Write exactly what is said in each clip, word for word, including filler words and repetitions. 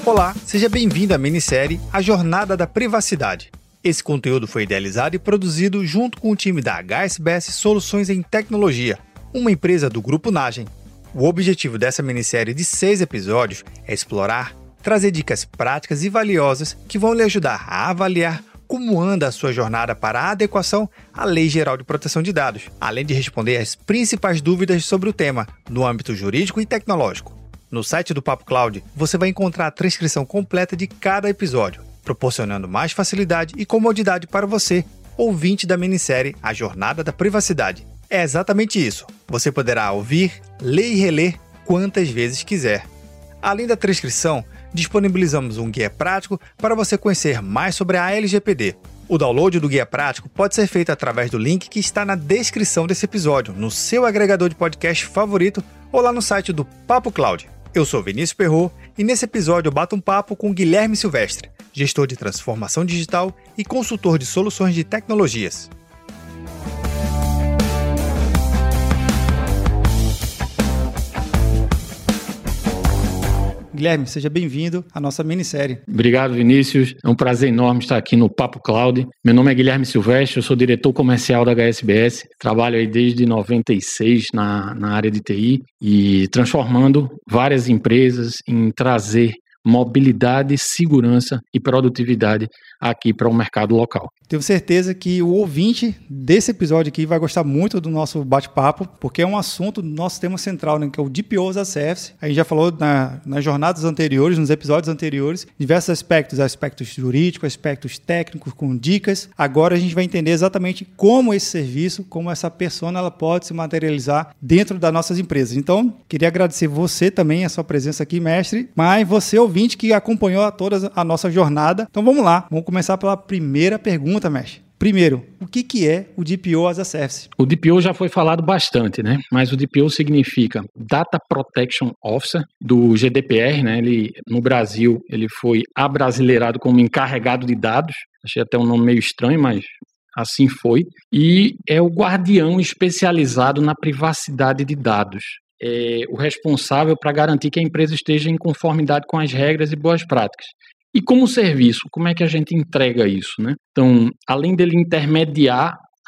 Olá, seja bem-vindo à minissérie A Jornada da Privacidade. Esse conteúdo foi idealizado e produzido junto com o time da H S B S Soluções em Tecnologia, uma empresa do Grupo Nagem. O objetivo dessa minissérie de seis episódios é explorar, trazer dicas práticas e valiosas que vão lhe ajudar a avaliar como anda a sua jornada para a adequação à Lei Geral de Proteção de Dados, além de responder às principais dúvidas sobre o tema no âmbito jurídico e tecnológico. No site do Papo Cloud, você vai encontrar a transcrição completa de cada episódio, proporcionando mais facilidade e comodidade para você, ouvinte da minissérie A Jornada da Privacidade. É exatamente isso. Você poderá ouvir, ler e reler quantas vezes quiser. Além da transcrição, disponibilizamos um guia prático para você conhecer mais sobre a L G P D. O download do guia prático pode ser feito através do link que está na descrição desse episódio, no seu agregador de podcast favorito ou lá no site do Papo Cloud. Eu sou Vinícius Perrot e nesse episódio eu bato um papo com Guilherme Silvestre, gestor de transformação digital e consultor de soluções de tecnologias. Guilherme, seja bem-vindo à nossa minissérie. Obrigado, Vinícius. É um prazer enorme estar aqui no Papo Cloud. Meu nome é Guilherme Silvestre, eu sou diretor comercial da H S B S. Trabalho aí desde noventa e seis na, na área de T I e transformando várias empresas em trazer mobilidade, segurança e produtividade aqui para o mercado local. Tenho certeza que o ouvinte desse episódio aqui vai gostar muito do nosso bate-papo, porque é um assunto do nosso tema central, né, que é o D P O as a Service. A gente já falou na, nas jornadas anteriores, nos episódios anteriores, diversos aspectos, aspectos jurídicos, aspectos técnicos, com dicas. Agora a gente vai entender exatamente como esse serviço, como essa persona ela pode se materializar dentro das nossas empresas. Então, queria agradecer você também, a sua presença aqui, mestre, mas você, ouvinte, que acompanhou toda a nossa jornada. Então vamos lá, vamos começar pela primeira pergunta, mestre. Primeiro, o que, que é o D P O as a Service? O D P O já foi falado bastante, né? Mas o D P O significa Data Protection Officer do G D P R, né? Ele, no Brasil, ele foi abrasileirado como encarregado de dados. Achei até um nome meio estranho, mas assim foi. E é o guardião especializado na privacidade de dados. É o responsável para garantir que a empresa esteja em conformidade com as regras e boas práticas. E como serviço, como é que a gente entrega isso, né? Então, além dele intermediar a,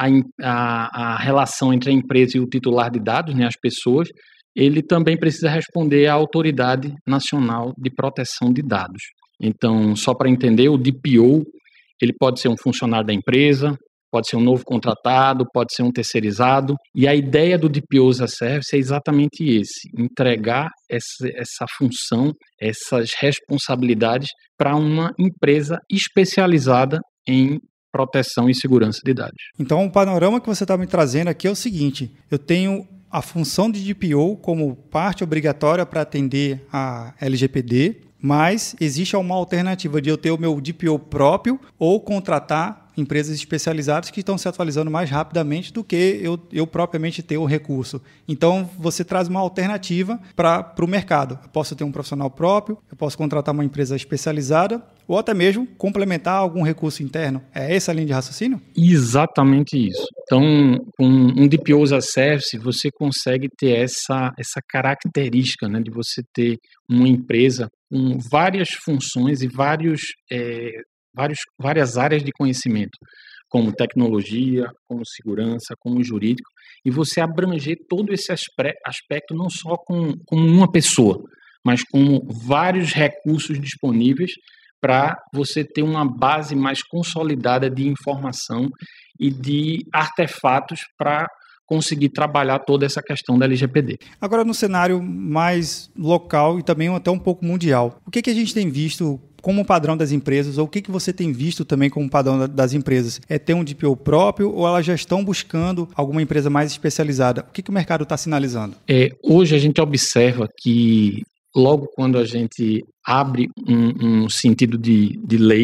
a, a relação entre a empresa e o titular de dados, né, as pessoas, ele também precisa responder à Autoridade Nacional de Proteção de Dados. Então, só para entender, o D P O, ele pode ser um funcionário da empresa, pode ser um novo contratado, pode ser um terceirizado. E a ideia do D P O as a Service é exatamente esse, entregar essa, essa função, essas responsabilidades para uma empresa especializada em proteção e segurança de dados. Então, o panorama que você está me trazendo aqui é o seguinte, eu tenho a função de D P O como parte obrigatória para atender a L G P D, mas existe uma alternativa de eu ter o meu D P O próprio ou contratar empresas especializadas que estão se atualizando mais rapidamente do que eu, eu propriamente ter o recurso. Então, você traz uma alternativa para o mercado. Eu posso ter um profissional próprio, eu posso contratar uma empresa especializada ou até mesmo complementar algum recurso interno. É essa a linha de raciocínio? Exatamente isso. Então, com um D P O as a Service, você consegue ter essa, essa característica, né, de você ter uma empresa com várias funções e vários... É, Vários, várias áreas de conhecimento, como tecnologia, como segurança, como jurídico, e você abranger todo esse aspecto não só com, com uma pessoa, mas com vários recursos disponíveis para você ter uma base mais consolidada de informação e de artefatos para conseguir trabalhar toda essa questão da L G P D. Agora, no cenário mais local e também até um pouco mundial, o que, que a gente tem visto como padrão das empresas, ou o que, que você tem visto também como padrão das empresas? É ter um D P O próprio ou elas já estão buscando alguma empresa mais especializada? O que, que o mercado está sinalizando? É, hoje a gente observa que logo quando a gente abre um, um sentido de, de lei,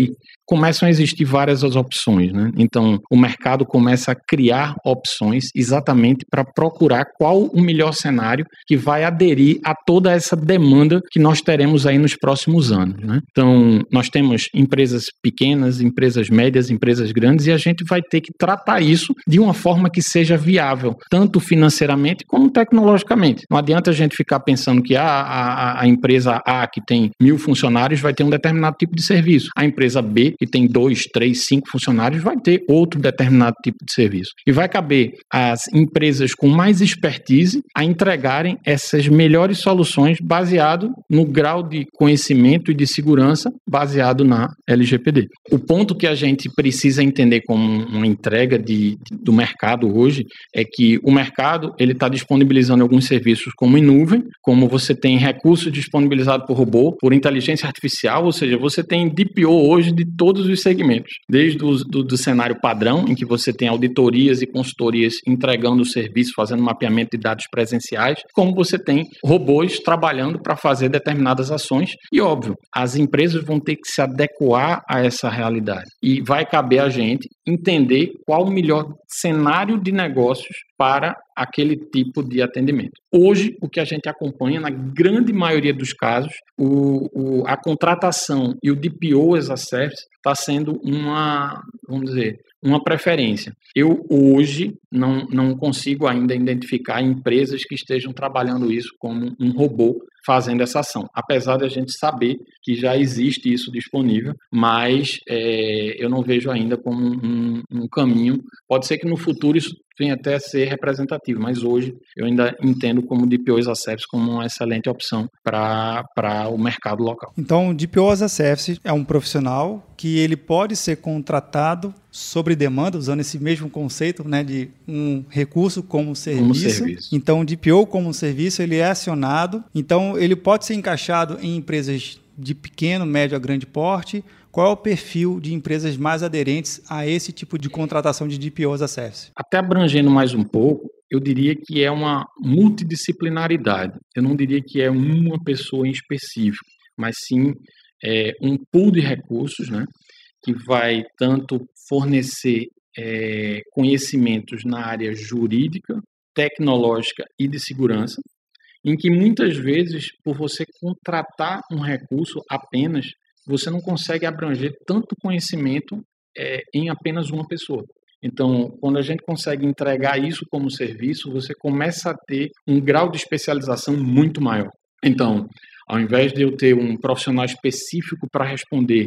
começam a existir várias as opções, né? Então, o mercado começa a criar opções exatamente para procurar qual o melhor cenário que vai aderir a toda essa demanda que nós teremos aí nos próximos anos, né? Então, nós temos empresas pequenas, empresas médias, empresas grandes, e a gente vai ter que tratar isso de uma forma que seja viável, tanto financeiramente como tecnologicamente. Não adianta a gente ficar pensando que a, a, a empresa A, que tem mil funcionários, vai ter um determinado tipo de serviço. A empresa B, que tem dois, três, cinco funcionários, vai ter outro determinado tipo de serviço. E vai caber às empresas com mais expertise a entregarem essas melhores soluções baseado no grau de conhecimento e de segurança baseado na L G P D. O ponto que a gente precisa entender como uma entrega de, do mercado hoje é que o mercado ele está disponibilizando alguns serviços como em nuvem, como você tem recursos disponibilizados por robô, por inteligência artificial, ou seja, você tem D P O hoje de todos os segmentos, desde o do, do cenário padrão, em que você tem auditorias e consultorias entregando o serviço, fazendo mapeamento de dados presenciais, como você tem robôs trabalhando para fazer determinadas ações. E, óbvio, as empresas vão ter que se adequar a essa realidade. E vai caber a gente entender qual o melhor cenário de negócios para aquele tipo de atendimento. Hoje, o que a gente acompanha, na grande maioria dos casos, o, o, a contratação e o D P O as a Service está sendo uma, vamos dizer, uma preferência. Eu, hoje, não, não consigo ainda identificar empresas que estejam trabalhando isso como um robô fazendo essa ação, apesar de a gente saber que já existe isso disponível, mas é, eu não vejo ainda como um, um caminho. Pode ser que no futuro isso venha até a ser representativo, mas hoje eu ainda entendo como D P O as a Service como uma excelente opção para o mercado local. Então, o D P O as a Service é um profissional que ele pode ser contratado sobre demanda, usando esse mesmo conceito, né, de um recurso como serviço. Como serviço. Então, o D P O como serviço, ele é acionado. Então, ele pode ser encaixado em empresas de pequeno, médio a grande porte. Qual é o perfil de empresas mais aderentes a esse tipo de contratação de D P O as a Service? Até abrangendo mais um pouco, eu diria que é uma multidisciplinaridade. Eu não diria que é uma pessoa em específico, mas sim é, um pool de recursos, né, que vai tanto fornecer é, conhecimentos na área jurídica, tecnológica e de segurança, em que muitas vezes, por você contratar um recurso apenas, você não consegue abranger tanto conhecimento é, em apenas uma pessoa. Então, quando a gente consegue entregar isso como serviço, você começa a ter um grau de especialização muito maior. Então, ao invés de eu ter um profissional específico para responder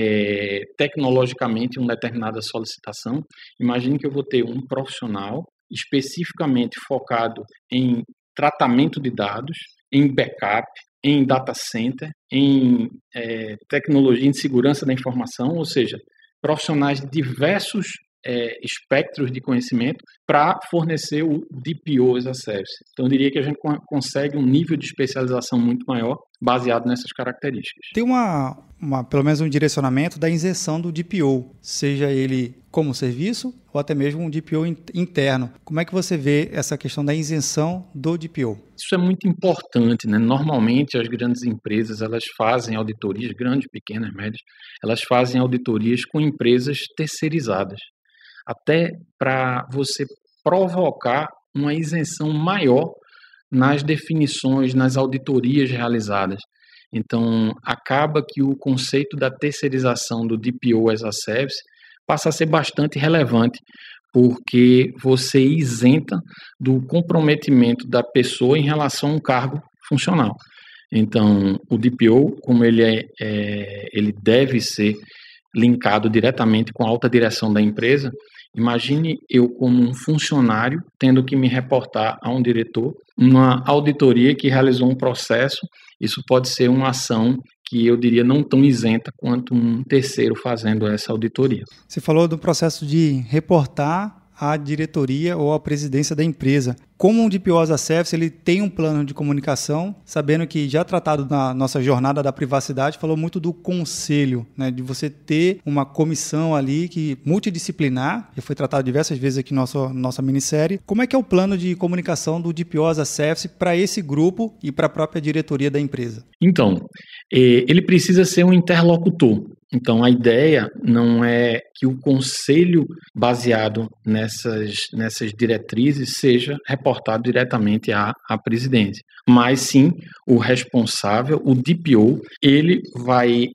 é, tecnologicamente uma determinada solicitação, imagine que eu vou ter um profissional especificamente focado em tratamento de dados, em backup, em data center, em é, tecnologia de segurança da informação, ou seja, profissionais de diversos é, espectros de conhecimento para fornecer o D P O as a Service. Então, eu diria que a gente consegue um nível de especialização muito maior baseado nessas características. Tem uma, uma, pelo menos um direcionamento da isenção do D P O, seja ele como serviço ou até mesmo um D P O interno. Como é que você vê essa questão da isenção do D P O? Isso é muito importante, né? Normalmente as grandes empresas, elas fazem auditorias, grandes, pequenas, médias, elas fazem auditorias com empresas terceirizadas, até para você provocar uma isenção maior nas definições, nas auditorias realizadas. Então, acaba que o conceito da terceirização do D P O as a Service passa a ser bastante relevante, porque você isenta do comprometimento da pessoa em relação a um cargo funcional. Então, o D P O, como ele, é, é, ele deve ser linkado diretamente com a alta direção da empresa, imagine eu como um funcionário tendo que me reportar a um diretor, uma auditoria que realizou um processo, isso pode ser uma ação que eu diria não tão isenta quanto um terceiro fazendo essa auditoria. Você falou do processo de reportar à diretoria ou à presidência da empresa. Como um D P O as a Service, ele tem um plano de comunicação, sabendo que já tratado na nossa jornada da privacidade, falou muito do conselho, né, de você ter uma comissão ali que multidisciplinar, já foi tratado diversas vezes aqui na nossa, nossa minissérie. Como é que é o plano de comunicação do D P O as a Service para esse grupo e para a própria diretoria da empresa? Então, ele precisa ser um interlocutor. Então, a ideia não é que o conselho baseado nessas, nessas diretrizes seja reportado diretamente à, à presidência, mas sim o responsável, o D P O, ele vai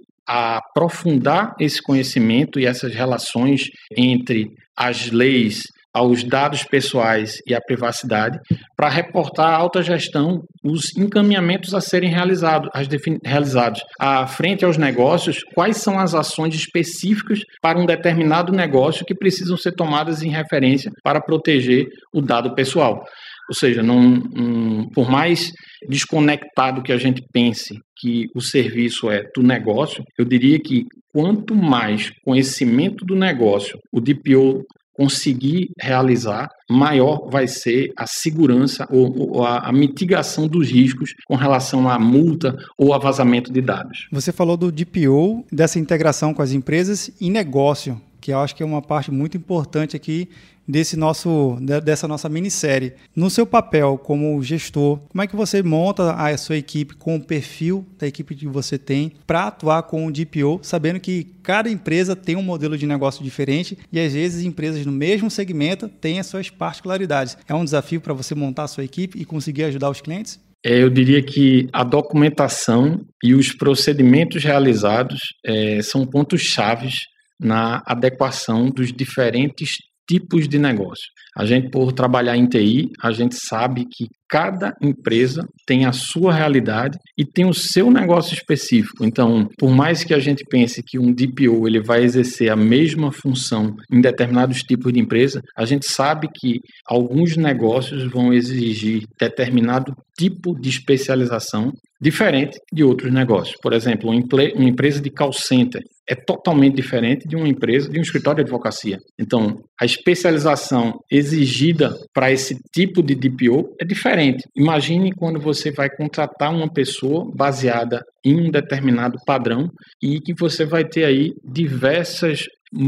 aprofundar esse conhecimento e essas relações entre as leis, aos dados pessoais e à privacidade, para reportar à alta gestão os encaminhamentos a serem realizados, as defini- realizados à frente aos negócios, quais são as ações específicas para um determinado negócio que precisam ser tomadas em referência para proteger o dado pessoal. Ou seja, não, um, por mais desconectado que a gente pense que o serviço é do negócio, eu diria que quanto mais conhecimento do negócio o D P O conseguir realizar, maior vai ser a segurança ou, ou a, a mitigação dos riscos com relação à multa ou a vazamento de dados. Você falou do D P O, dessa integração com as empresas e negócio, que eu acho que é uma parte muito importante aqui desse nosso, dessa nossa minissérie. No seu papel como gestor, como é que você monta a sua equipe com o perfil da equipe que você tem para atuar com o D P O, sabendo que cada empresa tem um modelo de negócio diferente e às vezes empresas no mesmo segmento têm as suas particularidades. É um desafio para você montar a sua equipe e conseguir ajudar os clientes? Eu diria que a documentação e os procedimentos realizados é, são pontos chaves na adequação dos diferentes tipos de negócio. A gente, por trabalhar em T I, a gente sabe que cada empresa tem a sua realidade e tem o seu negócio específico. Então, por mais que a gente pense que um D P O ele vai exercer a mesma função em determinados tipos de empresa, a gente sabe que alguns negócios vão exigir determinado tipo de especialização diferente de outros negócios. Por exemplo, uma empresa de call center é totalmente diferente de uma empresa, de um escritório de advocacia. Então, a especialização exigida para esse tipo de D P O é diferente. Imagine quando você vai contratar uma pessoa baseada em um determinado padrão e que você vai ter aí diversas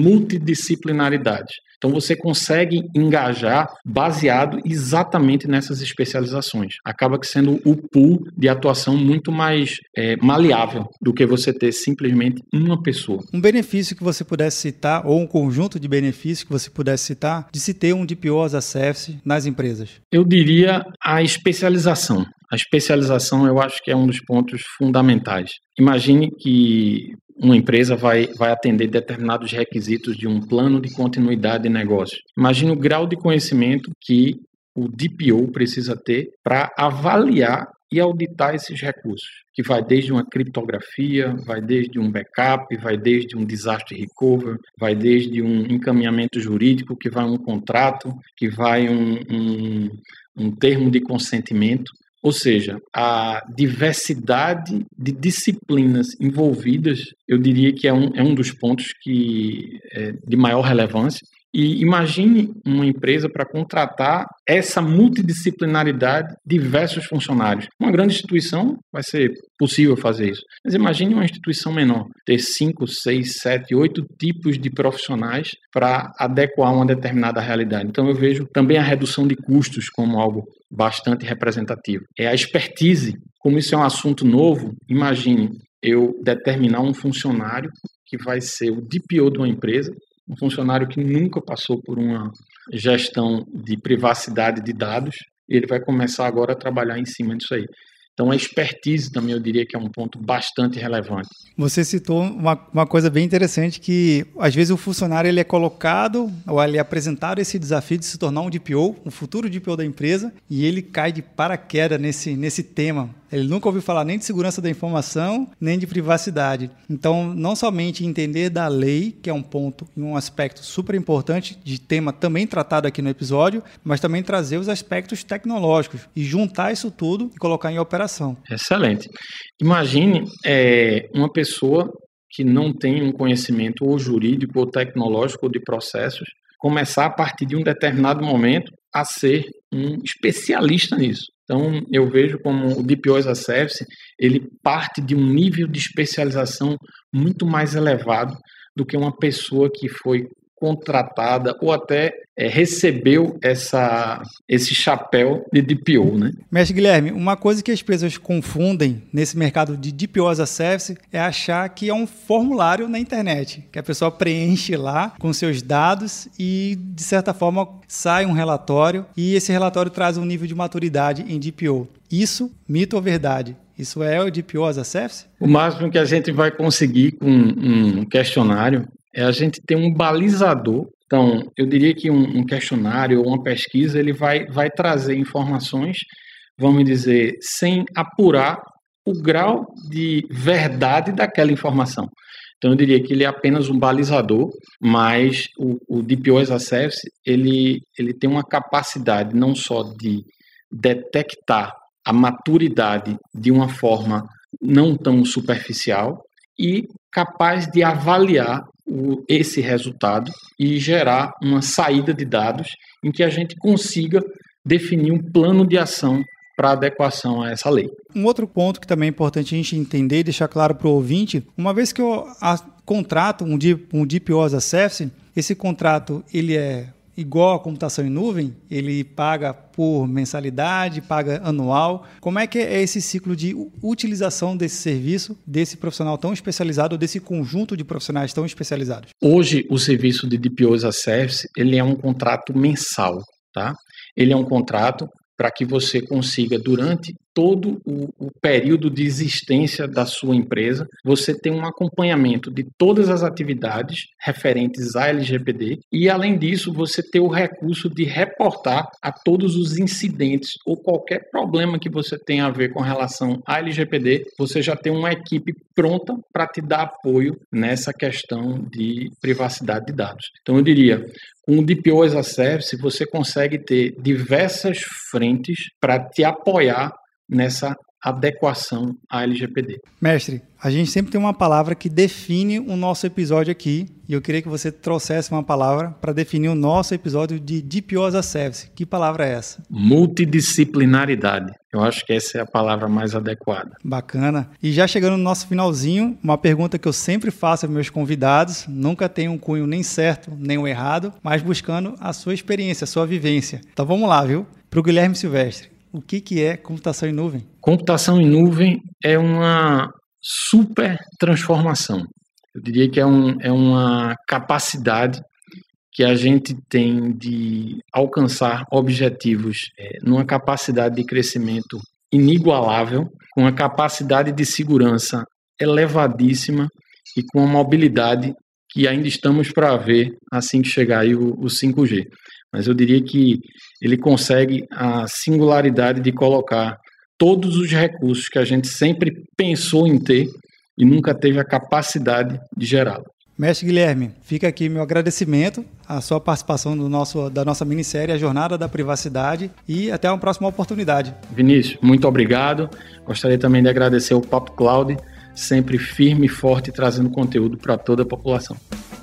multidisciplinaridades. Então, você consegue engajar baseado exatamente nessas especializações. Acaba que sendo o pool de atuação muito mais é, maleável do que você ter simplesmente uma pessoa. Um benefício que você pudesse citar, ou um conjunto de benefícios que você pudesse citar, de se ter um D P O as a Service nas empresas? Eu diria a especialização. A especialização eu acho que é um dos pontos fundamentais. Imagine que uma empresa vai, vai atender determinados requisitos de um plano de continuidade de negócio. Imagine o grau de conhecimento que o D P O precisa ter para avaliar e auditar esses recursos, que vai desde uma criptografia, vai desde um backup, vai desde um disaster recovery, vai desde um encaminhamento jurídico, que vai um contrato, que vai um, um, um termo de consentimento. Ou seja, a diversidade de disciplinas envolvidas, eu diria que é um, é um dos pontos que é de maior relevância. E imagine uma empresa para contratar essa multidisciplinaridade de diversos funcionários. Uma grande instituição vai ser possível fazer isso. Mas imagine uma instituição menor, ter cinco, seis, sete, oito tipos de profissionais para adequar uma determinada realidade. Então eu vejo também a redução de custos como algo bastante representativo. É a expertise. Como isso é um assunto novo, imagine eu determinar um funcionário que vai ser o D P O de uma empresa, um funcionário que nunca passou por uma gestão de privacidade de dados, ele vai começar agora a trabalhar em cima disso aí. Então, a expertise também eu diria que é um ponto bastante relevante. Você citou uma, uma coisa bem interessante que, às vezes, o funcionário ele é colocado ou ele é apresentado esse desafio de se tornar um D P O, um futuro D P O da empresa, e ele cai de paraquedas nesse, nesse tema. Ele nunca ouviu falar nem de segurança da informação, nem de privacidade. Então, não somente entender da lei, que é um ponto e um aspecto super importante de tema também tratado aqui no episódio, mas também trazer os aspectos tecnológicos e juntar isso tudo e colocar em operação. Excelente. Imagine é, uma pessoa que não tem um conhecimento ou jurídico, ou tecnológico, ou de processos, começar a partir de um determinado momento a ser um especialista nisso. Então, eu vejo como o D P O as a Service, ele parte de um nível de especialização muito mais elevado do que uma pessoa que foi contratada ou até é, recebeu essa, esse chapéu de D P O, né? Mestre Guilherme, uma coisa que as pessoas confundem nesse mercado de D P O as a Service é achar que é um formulário na internet, que a pessoa preenche lá com seus dados e, de certa forma, sai um relatório e esse relatório traz um nível de maturidade em D P O. Isso, mito ou verdade? Isso é o D P O as a Service? O máximo que a gente vai conseguir com um questionário é a gente ter um balizador. Então, eu diria que um, um questionário ou uma pesquisa, ele vai, vai trazer informações, vamos dizer, sem apurar o grau de verdade daquela informação. Então, eu diria que ele é apenas um balizador, mas o, o D P O as a Service, ele, ele tem uma capacidade não só de detectar a maturidade de uma forma não tão superficial e capaz de avaliar o, esse resultado e gerar uma saída de dados em que a gente consiga definir um plano de ação para adequação a essa lei. Um outro ponto que também é importante a gente entender e deixar claro para o ouvinte, uma vez que eu a, contrato um, um D P O as a Service, esse contrato ele é igual à computação em nuvem, ele paga por mensalidade, paga anual. Como é que é esse ciclo de utilização desse serviço, desse profissional tão especializado, ou desse conjunto de profissionais tão especializados? Hoje, o serviço de D P O as a Service, ele é um contrato mensal, tá? Ele é um contrato para que você consiga, durante todo o, o período de existência da sua empresa, você ter um acompanhamento de todas as atividades referentes à L G P D e, além disso, você ter o recurso de reportar a todos os incidentes ou qualquer problema que você tenha a ver com relação à L G P D, você já tem uma equipe pronta para te dar apoio nessa questão de privacidade de dados. Então, eu diria, com o D P O as a Service, você consegue ter diversas frentes para te apoiar nessa adequação à L G P D. Mestre, a gente sempre tem uma palavra que define o nosso episódio aqui e eu queria que você trouxesse uma palavra para definir o nosso episódio de D P O as a Service. Que palavra é essa? Multidisciplinaridade. Eu acho que essa é a palavra mais adequada. Bacana. E já chegando no nosso finalzinho, uma pergunta que eu sempre faço aos meus convidados, nunca tem um cunho nem certo, nem um errado, mas buscando a sua experiência, a sua vivência. Então vamos lá, viu? Para o Guilherme Silvestre. O que, que é computação em nuvem? Computação em nuvem é uma super transformação. Eu diria que é, um, é uma capacidade que a gente tem de alcançar objetivos é, numa capacidade de crescimento inigualável, com uma capacidade de segurança elevadíssima e com uma mobilidade que ainda estamos para ver assim que chegar aí o, o cinco G. Mas eu diria que ele consegue a singularidade de colocar todos os recursos que a gente sempre pensou em ter e nunca teve a capacidade de gerá-lo. Mestre Guilherme, fica aqui meu agradecimento à sua participação no nosso, da nossa minissérie A Jornada da Privacidade e até uma próxima oportunidade. Vinícius, muito obrigado. Gostaria também de agradecer ao Papo Cloud, sempre firme e forte, trazendo conteúdo para toda a população.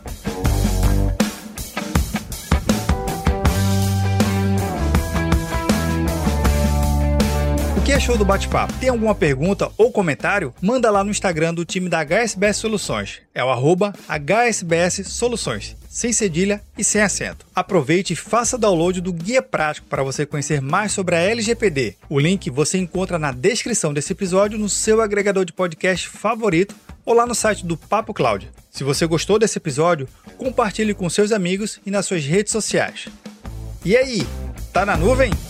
O que achou do bate-papo? Tem alguma pergunta ou comentário? Manda lá no Instagram do time da H S B S Soluções. É o arroba H S B S Soluções, sem cedilha e sem acento. Aproveite e faça download do Guia Prático para você conhecer mais sobre a L G P D. O link você encontra na descrição desse episódio no seu agregador de podcast favorito ou lá no site do Papo Cloud. Se você gostou desse episódio, compartilhe com seus amigos e nas suas redes sociais. E aí, tá na nuvem?